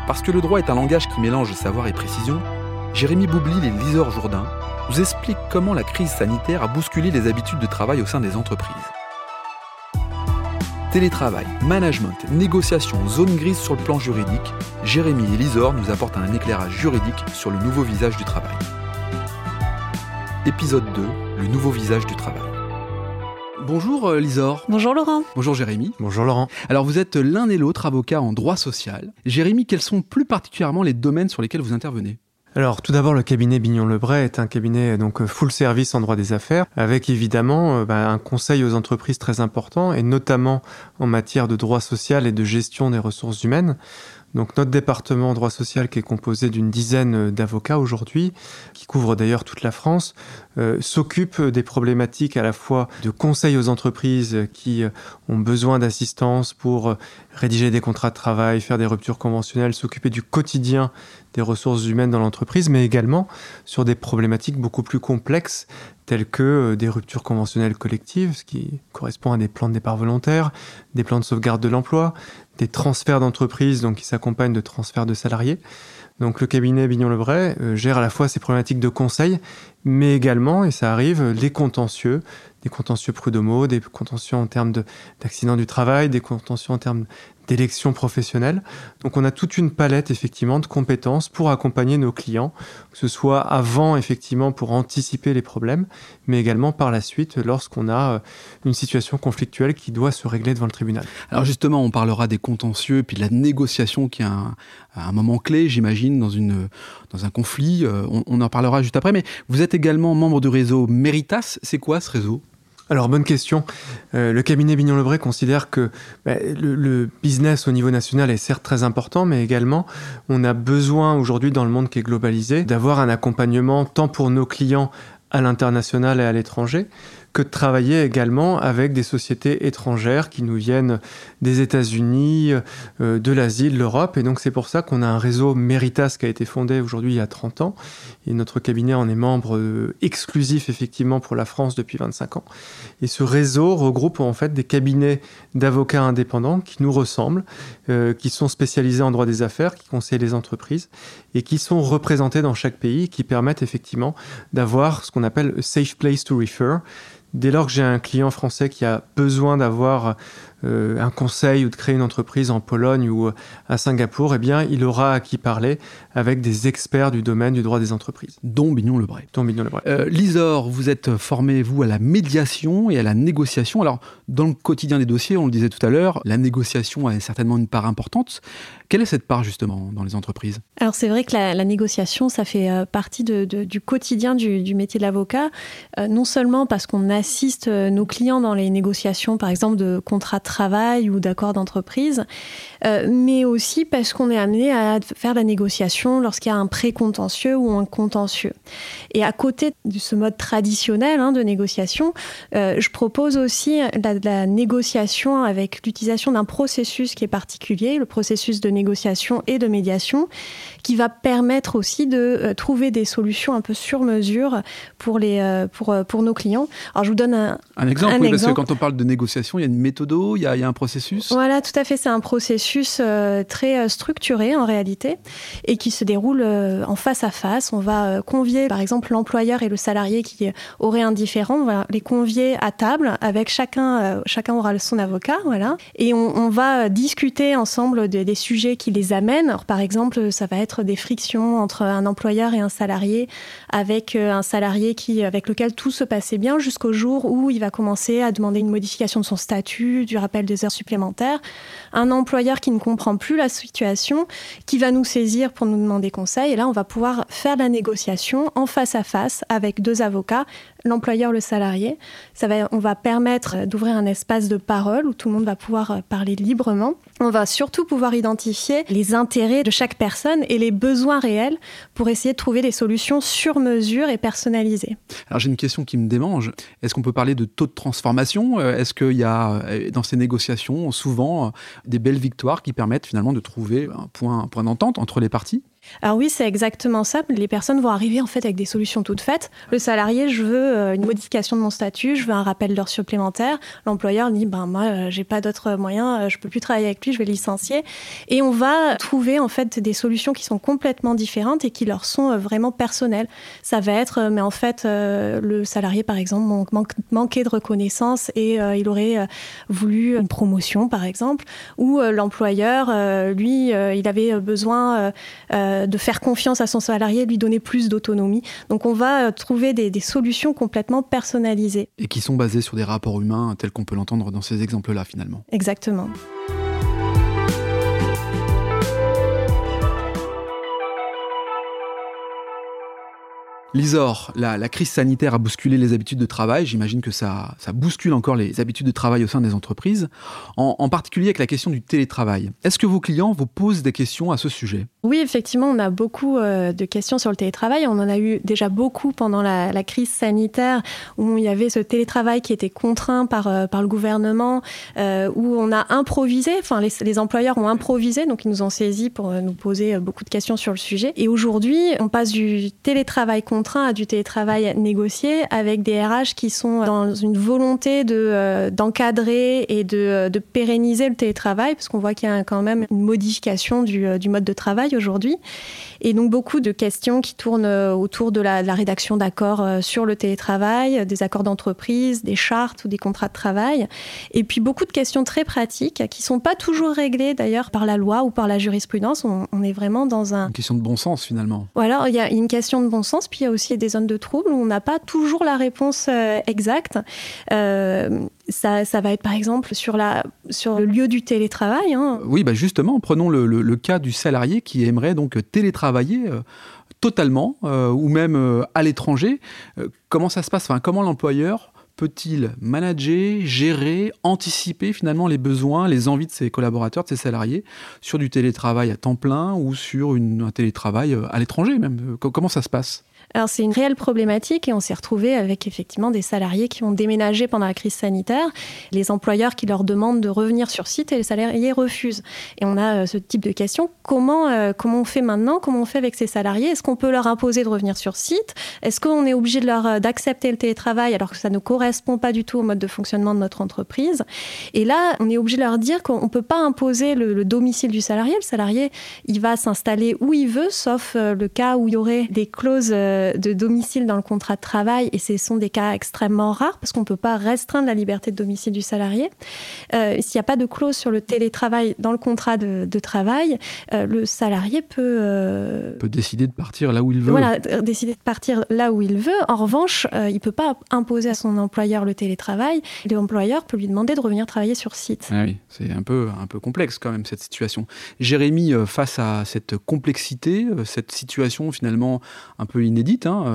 Parce que le droit est un langage qui mélange savoir et précision, Jérémy Boublil et Lisor Jourdain nous expliquent comment la crise sanitaire a bousculé les habitudes de travail au sein des entreprises. Télétravail, management, négociation, zone grise sur le plan juridique, Jérémy et Lisor nous apportent un éclairage juridique sur le nouveau visage du travail. Épisode 2, le nouveau visage du travail. Bonjour Lisor. Bonjour Laurent. Bonjour Jérémy. Bonjour Laurent. Alors vous êtes l'un et l'autre avocat en droit social. Jérémy, quels sont plus particulièrement les domaines sur lesquels vous intervenez ? Alors tout d'abord, le cabinet Bignon-Lebray est un cabinet donc full service en droit des affaires, avec évidemment un conseil aux entreprises très important, et notamment en matière de droit social et de gestion des ressources humaines. Donc notre département droit social, qui est composé d'une dizaine d'avocats aujourd'hui, qui couvre d'ailleurs toute la France, s'occupe des problématiques à la fois de conseil aux entreprises qui ont besoin d'assistance pour rédiger des contrats de travail, faire des ruptures conventionnelles, s'occuper du quotidien des ressources humaines dans l'entreprise, mais également sur des problématiques beaucoup plus complexes telles que des ruptures conventionnelles collectives, ce qui correspond à des plans de départ volontaires, des plans de sauvegarde de l'emploi, des transferts d'entreprises donc qui s'accompagnent de transferts de salariés. Donc le cabinet Bignon-Lebray gère à la fois ces problématiques de conseil, mais également, et ça arrive, les contentieux, des contentieux prud'homaux, des contentieux en termes d'accidents du travail, des contentieux en termes d'élections professionnelles. Donc on a toute une palette effectivement de compétences pour accompagner nos clients, que ce soit avant effectivement pour anticiper les problèmes, mais également par la suite lorsqu'on a une situation conflictuelle qui doit se régler devant le tribunal. Alors justement, on parlera des contentieux, puis de la négociation qui est un moment clé, j'imagine, dans un conflit. On en parlera juste après, mais vous êtes également membre du réseau Meritas. C'est quoi ce réseau ? Alors, bonne question. Le cabinet Bignon-Lebray considère que le business au niveau national est certes très important, mais également, on a besoin aujourd'hui, dans le monde qui est globalisé, d'avoir un accompagnement tant pour nos clients à l'international et à l'étranger, que de travailler également avec des sociétés étrangères qui nous viennent des États-Unis, de l'Asie, de l'Europe. Et donc c'est pour ça qu'on a un réseau Meritas qui a été fondé aujourd'hui il y a 30 ans. Et notre cabinet en est membre exclusif effectivement pour la France depuis 25 ans. Et ce réseau regroupe en fait des cabinets d'avocats indépendants qui nous ressemblent, qui sont spécialisés en droit des affaires, qui conseillent les entreprises et qui sont représentés dans chaque pays, qui permettent effectivement d'avoir ce qu'on appelle a safe place to refer. Dès lors que j'ai un client français qui a besoin d'avoir un conseil ou de créer une entreprise en Pologne ou à Singapour, eh bien, il aura à qui parler avec des experts du domaine du droit des entreprises. Dont Bignon-Lebray. Lisor, vous êtes formé, vous, à la médiation et à la négociation. Alors, dans le quotidien des dossiers, on le disait tout à l'heure, la négociation a certainement une part importante. Quelle est cette part, justement, dans les entreprises ? Alors, c'est vrai que la négociation, ça fait partie du quotidien du métier de l'avocat. Non seulement parce qu'on assiste nos clients dans les négociations, par exemple, de contrats de travail ou d'accords d'entreprise, mais aussi parce qu'on est amené à faire la négociation lorsqu'il y a un précontentieux ou un contentieux. Et à côté de ce mode traditionnel de négociation, je propose aussi la négociation avec l'utilisation d'un processus qui est particulier, le processus de négociation et de médiation, qui va permettre aussi de trouver des solutions un peu sur mesure pour nos clients. Alors, je vous donne un exemple. Oui, parce que quand on parle de négociation, il y a une méthode, il y a un processus. Voilà, tout à fait. C'est un processus très structuré en réalité et qui se déroule en face à face. On va convier, par exemple, l'employeur et le salarié qui auraient un différend. On va les convier à table avec chacun aura son avocat, voilà. Et on va discuter ensemble des sujets qui les amènent. Alors, par exemple, ça va être des frictions entre un employeur et un salarié, avec un salarié avec lequel tout se passait bien jusqu'au jour où il va commencer à demander une modification de son statut, du rappel des heures supplémentaires. Un employeur qui ne comprend plus la situation, qui va nous saisir pour nous demander conseil. Et là, on va pouvoir faire la négociation en face à face avec deux avocats, l'employeur, le salarié. On va permettre d'ouvrir un espace de parole où tout le monde va pouvoir parler librement. On va surtout pouvoir identifier les intérêts de chaque personne et les besoins réels pour essayer de trouver des solutions sur mesure et personnalisées. Alors j'ai une question qui me démange. Est-ce qu'on peut parler de taux de transformation ? Est-ce qu'il y a dans ces négociations souvent des belles victoires qui permettent finalement de trouver un point d'entente entre les parties ? Alors oui, c'est exactement ça. Les personnes vont arriver en fait avec des solutions toutes faites. Le salarié, je veux une modification de mon statut, je veux un rappel d'heures supplémentaires. L'employeur dit, moi, j'ai pas d'autres moyens, je peux plus travailler avec lui, je vais le licencier. Et on va trouver en fait des solutions qui sont complètement différentes et qui leur sont vraiment personnelles. Ça va être, mais en fait, le salarié, par exemple, manquait de reconnaissance et il aurait voulu une promotion, par exemple, ou l'employeur, lui, il avait besoin de faire confiance à son salarié, lui donner plus d'autonomie. Donc on va trouver des solutions complètement personnalisées. Et qui sont basées sur des rapports humains, tels qu'on peut l'entendre dans ces exemples-là, finalement. Exactement. Lisor, la crise sanitaire a bousculé les habitudes de travail. J'imagine que ça bouscule encore les habitudes de travail au sein des entreprises, en particulier avec la question du télétravail. Est-ce que vos clients vous posent des questions à ce sujet ? Oui, effectivement, on a beaucoup de questions sur le télétravail. On en a eu déjà beaucoup pendant la crise sanitaire, où il y avait ce télétravail qui était contraint par le gouvernement, où on a improvisé, enfin les employeurs ont improvisé, donc ils nous ont saisis pour nous poser beaucoup de questions sur le sujet. Et aujourd'hui, on passe du télétravail contraint à du télétravail négocié, avec des RH qui sont dans une volonté d'encadrer et de pérenniser le télétravail, parce qu'on voit qu'il y a quand même une modification du mode de travail aujourd'hui. Et donc beaucoup de questions qui tournent autour de la rédaction d'accords sur le télétravail, des accords d'entreprise, des chartes ou des contrats de travail. Et puis beaucoup de questions très pratiques qui ne sont pas toujours réglées d'ailleurs par la loi ou par la jurisprudence. On est vraiment dans une question de bon sens finalement. Ou alors il y a une question de bon sens, puis il y a aussi des zones de trouble où on n'a pas toujours la réponse exacte. Ça va être par exemple sur le lieu du télétravail. Oui, justement, prenons le cas du salarié qui aimerait donc télétravailler totalement ou même à l'étranger. Comment ça se passe ? Comment l'employeur peut-il manager, gérer, anticiper finalement les besoins, les envies de ses collaborateurs, de ses salariés sur du télétravail à temps plein ou sur un télétravail à l'étranger même ? Comment ça se passe ? Alors c'est une réelle problématique et on s'est retrouvé avec effectivement des salariés qui ont déménagé pendant la crise sanitaire, les employeurs qui leur demandent de revenir sur site et les salariés refusent. Et on a ce type de questions. Comment on fait maintenant ? Comment on fait avec ces salariés ? Est-ce qu'on peut leur imposer de revenir sur site ? Est-ce qu'on est obligé d'accepter le télétravail alors que ça ne correspond pas du tout au mode de fonctionnement de notre entreprise ? Et là, on est obligé de leur dire qu'on ne peut pas imposer le domicile du salarié. Le salarié, il va s'installer où il veut, sauf le cas où il y aurait des clauses de domicile dans le contrat de travail, et ce sont des cas extrêmement rares parce qu'on ne peut pas restreindre la liberté de domicile du salarié. S'il n'y a pas de clause sur le télétravail dans le contrat de travail, le salarié peut décider de partir là où il veut. Voilà, décider de partir là où il veut. En revanche, il ne peut pas imposer à son employeur le télétravail. L'employeur peut lui demander de revenir travailler sur site. Ah oui, c'est un peu complexe quand même cette situation. Jérémy, face à cette complexité, cette situation finalement un peu inédite,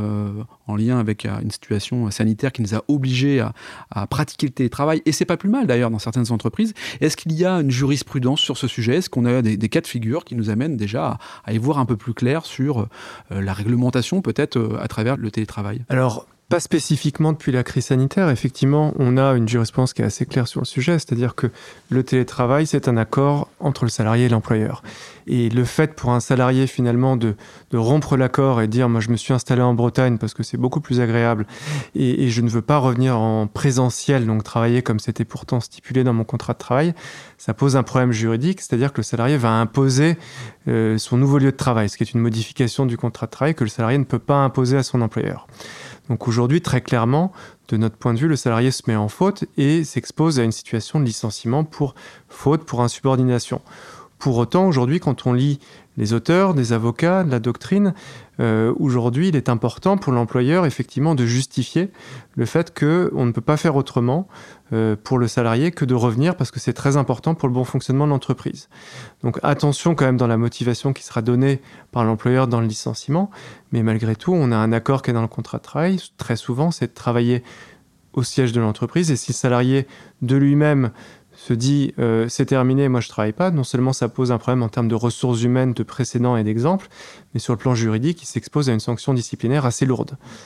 en lien avec une situation sanitaire qui nous a obligés à pratiquer le télétravail, et c'est pas plus mal d'ailleurs dans certaines entreprises. Est-ce qu'il y a une jurisprudence sur ce sujet ? Est-ce qu'on a des cas de figure qui nous amènent déjà à y voir un peu plus clair sur la réglementation peut-être à travers le télétravail ? Alors, pas spécifiquement depuis la crise sanitaire. Effectivement, on a une jurisprudence qui est assez claire sur le sujet, c'est-à-dire que le télétravail, c'est un accord entre le salarié et l'employeur. Et le fait pour un salarié finalement de rompre l'accord et de dire « moi je me suis installé en Bretagne parce que c'est beaucoup plus agréable et je ne veux pas revenir en présentiel, donc travailler comme c'était pourtant stipulé dans mon contrat de travail », ça pose un problème juridique, c'est-à-dire que le salarié va imposer son nouveau lieu de travail, ce qui est une modification du contrat de travail que le salarié ne peut pas imposer à son employeur. Donc aujourd'hui, très clairement, de notre point de vue, le salarié se met en faute et s'expose à une situation de licenciement pour faute, pour insubordination. Pour autant, aujourd'hui, quand on lit les auteurs, des avocats, de la doctrine, aujourd'hui, il est important pour l'employeur, effectivement, de justifier le fait qu'on ne peut pas faire autrement pour le salarié que de revenir, parce que c'est très important pour le bon fonctionnement de l'entreprise. Donc attention quand même dans la motivation qui sera donnée par l'employeur dans le licenciement, mais malgré tout, on a un accord qui est dans le contrat de travail. Très souvent, c'est de travailler au siège de l'entreprise, et si le salarié de lui-même se dit c'est terminé, moi je travaille pas, non seulement ça pose un problème en termes de ressources humaines, de précédents et d'exemples, mais sur le plan juridique, il s'expose à une sanction disciplinaire assez lourde.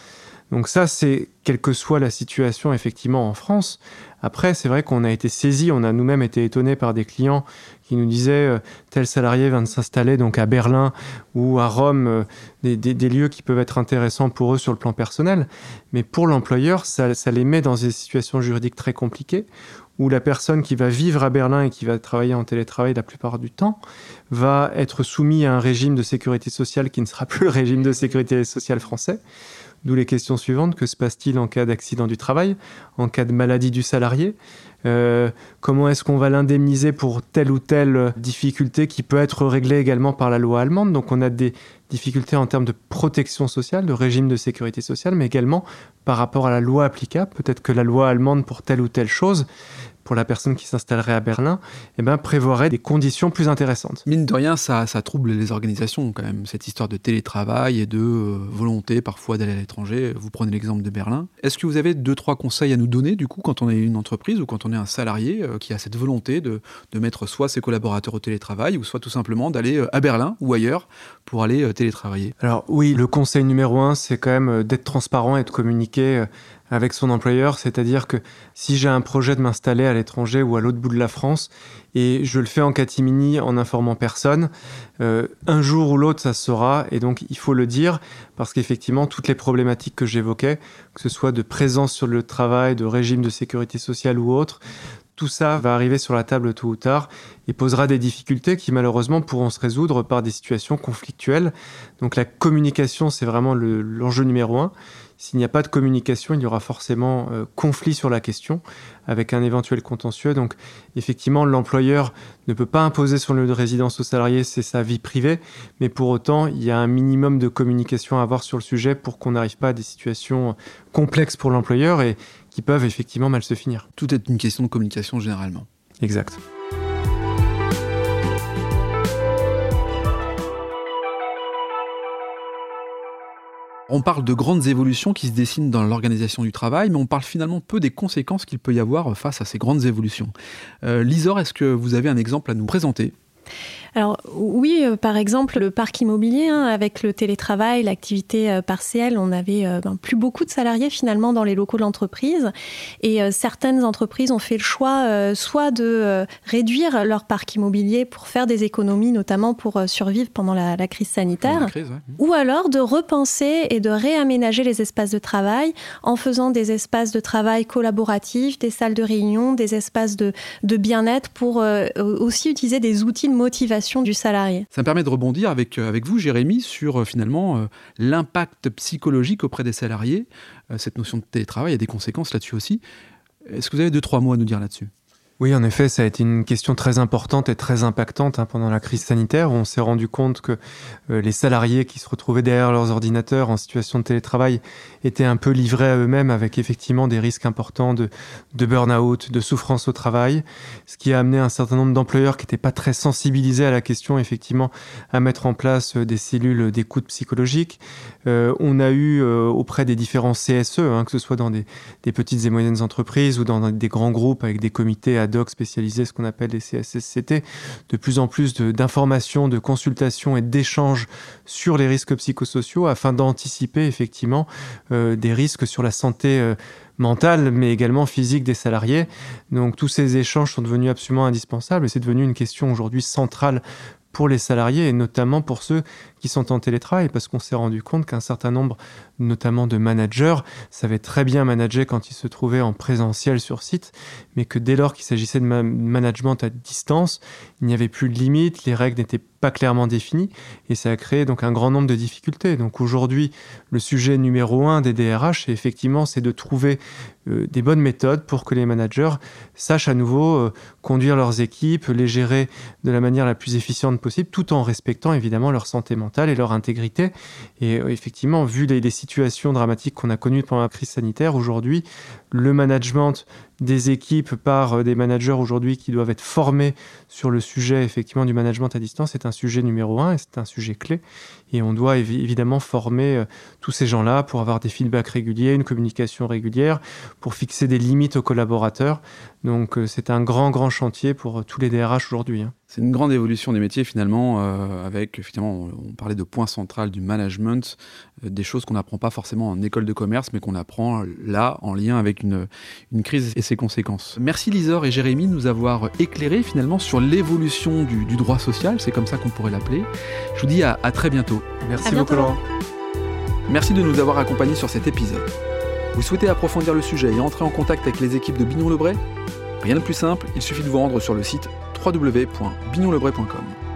Donc ça, c'est quelle que soit la situation effectivement en France. Après, c'est vrai qu'on a été saisis, on a nous-mêmes été étonnés par des clients qui nous disaient tel salarié vient de s'installer donc à Berlin ou à Rome, des lieux qui peuvent être intéressants pour eux sur le plan personnel. Mais pour l'employeur, ça les met dans des situations juridiques très compliquées où la personne qui va vivre à Berlin et qui va travailler en télétravail la plupart du temps va être soumise à un régime de sécurité sociale qui ne sera plus le régime de sécurité sociale français. D'où les questions suivantes. Que se passe-t-il en cas d'accident du travail, en cas de maladie du salarié ? Comment est-ce qu'on va l'indemniser pour telle ou telle difficulté qui peut être réglée également par la loi allemande ? Donc on a des difficultés en termes de protection sociale, de régime de sécurité sociale, mais également par rapport à la loi applicable. Peut-être que la loi allemande pour telle ou telle chose, pour la personne qui s'installerait à Berlin, prévoirait des conditions plus intéressantes. Mine de rien, ça trouble les organisations quand même, cette histoire de télétravail et de volonté parfois d'aller à l'étranger. Vous prenez l'exemple de Berlin. Est-ce que vous avez 2-3 conseils à nous donner du coup quand on est une entreprise ou quand on est un salarié qui a cette volonté de mettre soit ses collaborateurs au télétravail ou soit tout simplement d'aller à Berlin ou ailleurs pour aller télétravailler ? Alors oui, le conseil numéro 1, c'est quand même d'être transparent et de communiquer avec son employeur, c'est-à-dire que si j'ai un projet de m'installer à l'étranger ou à l'autre bout de la France et je le fais en catimini en informant personne, un jour ou l'autre ça se saura et donc il faut le dire parce qu'effectivement toutes les problématiques que j'évoquais, que ce soit de présence sur le travail, de régime de sécurité sociale ou autre, tout ça va arriver sur la table tôt ou tard et posera des difficultés qui malheureusement pourront se résoudre par des situations conflictuelles. Donc la communication, c'est vraiment l'enjeu numéro 1. S'il n'y a pas de communication, il y aura forcément conflit sur la question avec un éventuel contentieux. Donc effectivement, l'employeur ne peut pas imposer son lieu de résidence aux salariés, c'est sa vie privée. Mais pour autant, il y a un minimum de communication à avoir sur le sujet pour qu'on n'arrive pas à des situations complexes pour l'employeur et qui peuvent effectivement mal se finir. Tout est une question de communication généralement. Exact. On parle de grandes évolutions qui se dessinent dans l'organisation du travail, mais on parle finalement peu des conséquences qu'il peut y avoir face à ces grandes évolutions. Lisor, est-ce que vous avez un exemple à nous présenter ? Alors oui, par exemple, le parc immobilier, avec le télétravail, l'activité partielle, on avait plus beaucoup de salariés finalement dans les locaux de l'entreprise. Et certaines entreprises ont fait le choix soit de réduire leur parc immobilier pour faire des économies, notamment pour survivre pendant la crise sanitaire, ou alors de repenser et de réaménager les espaces de travail en faisant des espaces de travail collaboratifs, des salles de réunion, des espaces de bien-être pour aussi utiliser des outils de motivation du salarié. Ça me permet de rebondir avec vous, Jérémy, sur finalement l'impact psychologique auprès des salariés. Cette notion de télétravail a des conséquences là-dessus aussi. Est-ce que vous avez 2-3 mots à nous dire là-dessus ? Oui, en effet, ça a été une question très importante et très impactante pendant la crise sanitaire. On s'est rendu compte que les salariés qui se retrouvaient derrière leurs ordinateurs en situation de télétravail étaient un peu livrés à eux-mêmes avec effectivement des risques importants de burn-out, de souffrance au travail, ce qui a amené un certain nombre d'employeurs qui n'étaient pas très sensibilisés à la question, effectivement, à mettre en place des cellules d'écoute psychologique. On a eu auprès des différents CSE, que ce soit dans des petites et moyennes entreprises ou dans des grands groupes avec des comités ad hoc spécialisés, ce qu'on appelle les CSSCT, de plus en plus d'informations, de consultations et d'échanges sur les risques psychosociaux afin d'anticiper effectivement des risques sur la santé mentale, mais également physique des salariés. Donc tous ces échanges sont devenus absolument indispensables et c'est devenu une question aujourd'hui centrale pour les salariés et notamment pour ceux qui sont en télétravail parce qu'on s'est rendu compte qu'un certain nombre, notamment de managers, savaient très bien manager quand ils se trouvaient en présentiel sur site, mais que dès lors qu'il s'agissait de management à distance, il n'y avait plus de limites, les règles n'étaient pas clairement définies et ça a créé donc un grand nombre de difficultés. Donc aujourd'hui, le sujet numéro 1 des DRH, c'est de trouver des bonnes méthodes pour que les managers sachent à nouveau conduire leurs équipes, les gérer de la manière la plus efficiente possible, tout en respectant évidemment leur santé mentale et leur intégrité. Et effectivement, vu les situations dramatiques qu'on a connues pendant la crise sanitaire, aujourd'hui, le management des équipes par des managers aujourd'hui qui doivent être formés sur le sujet effectivement du management à distance est un sujet numéro 1 et c'est un sujet clé. Et on doit évidemment former tous ces gens-là pour avoir des feedbacks réguliers, une communication régulière, pour fixer des limites aux collaborateurs. Donc c'est un grand chantier pour tous les DRH aujourd'hui. C'est une grande évolution des métiers finalement, avec finalement, on parlait de point central du management, des choses qu'on n'apprend pas forcément en école de commerce, mais qu'on apprend là en lien avec une crise et ses conséquences. Merci Lisor et Jérémy de nous avoir éclairés finalement sur l'évolution du droit social, c'est comme ça qu'on pourrait l'appeler. Je vous dis à très bientôt. Merci beaucoup Laurent. Merci de nous avoir accompagnés sur cet épisode. Vous souhaitez approfondir le sujet et entrer en contact avec les équipes de Bignon Lebray ? Rien de plus simple, il suffit de vous rendre sur le site www.bignonlebray.com.